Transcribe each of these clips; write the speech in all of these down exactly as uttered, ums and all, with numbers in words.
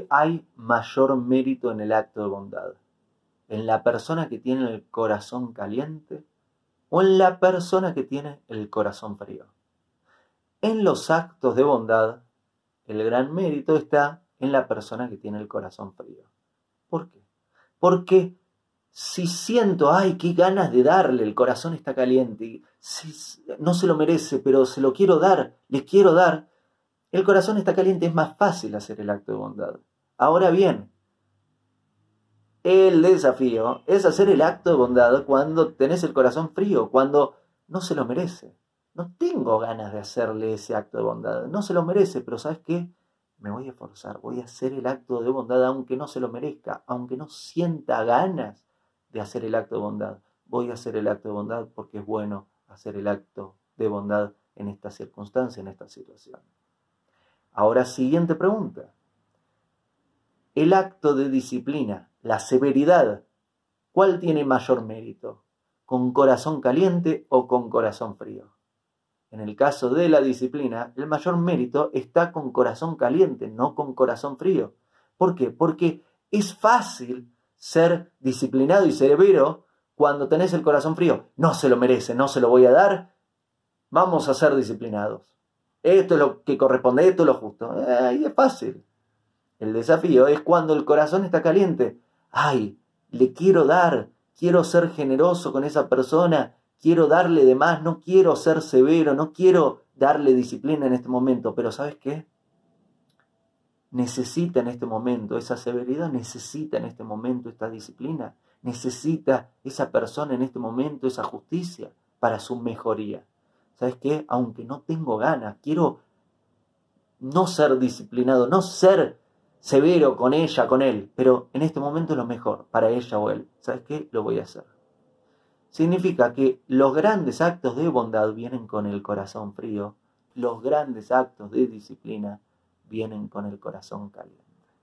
qué hay mayor mérito en el acto de bondad? ¿En la persona que tiene el corazón caliente o en la persona que tiene el corazón frío? En los actos de bondad, el gran mérito está en la persona que tiene el corazón frío. ¿Por qué? Porque si siento, ay, qué ganas de darle, el corazón está caliente, si, no se lo merece, pero se lo quiero dar, le quiero dar, el corazón está caliente, es más fácil hacer el acto de bondad. Ahora bien, el desafío es hacer el acto de bondad cuando tenés el corazón frío, cuando no se lo merece. No tengo ganas de hacerle ese acto de bondad, no se lo merece, pero ¿sabes qué? Me voy a esforzar, voy a hacer el acto de bondad aunque no se lo merezca, aunque no sienta ganas de hacer el acto de bondad. Voy a hacer el acto de bondad porque es bueno hacer el acto de bondad en esta circunstancia, en esta situación. Ahora, siguiente pregunta. El acto de disciplina, la severidad, ¿cuál tiene mayor mérito? ¿Con corazón caliente o con corazón frío? En el caso de la disciplina, el mayor mérito está con corazón caliente, no con corazón frío. ¿Por qué? Porque es fácil ser disciplinado y severo cuando tenés el corazón frío. No se lo merece, no se lo voy a dar, vamos a ser disciplinados. Esto es lo que corresponde, esto es lo justo. Ahí es fácil. El desafío es cuando el corazón está caliente. Ay, le quiero dar, quiero ser generoso con esa persona, quiero darle de más, no quiero ser severo, no quiero darle disciplina en este momento. Pero ¿sabes qué? Necesita en este momento esa severidad, necesita en este momento esta disciplina, necesita esa persona en este momento esa justicia para su mejoría. ¿Sabes qué? Aunque no tengo ganas, quiero no ser disciplinado, no ser severo con ella, con él, pero en este momento es lo mejor para ella o él. ¿Sabes qué? Lo voy a hacer. Significa que los grandes actos de bondad vienen con el corazón frío, los grandes actos de disciplina vienen con el corazón caliente.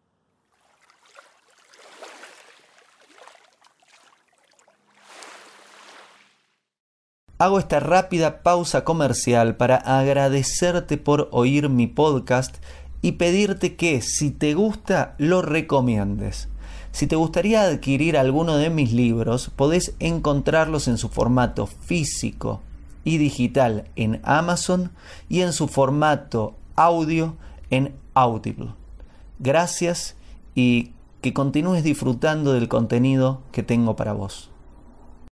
Hago esta rápida pausa comercial para agradecerte por oír mi podcast y pedirte que, si te gusta, lo recomiendes. Si te gustaría adquirir alguno de mis libros, podés encontrarlos en su formato físico y digital en Amazon y en su formato audio en Audible. Gracias y que continúes disfrutando del contenido que tengo para vos.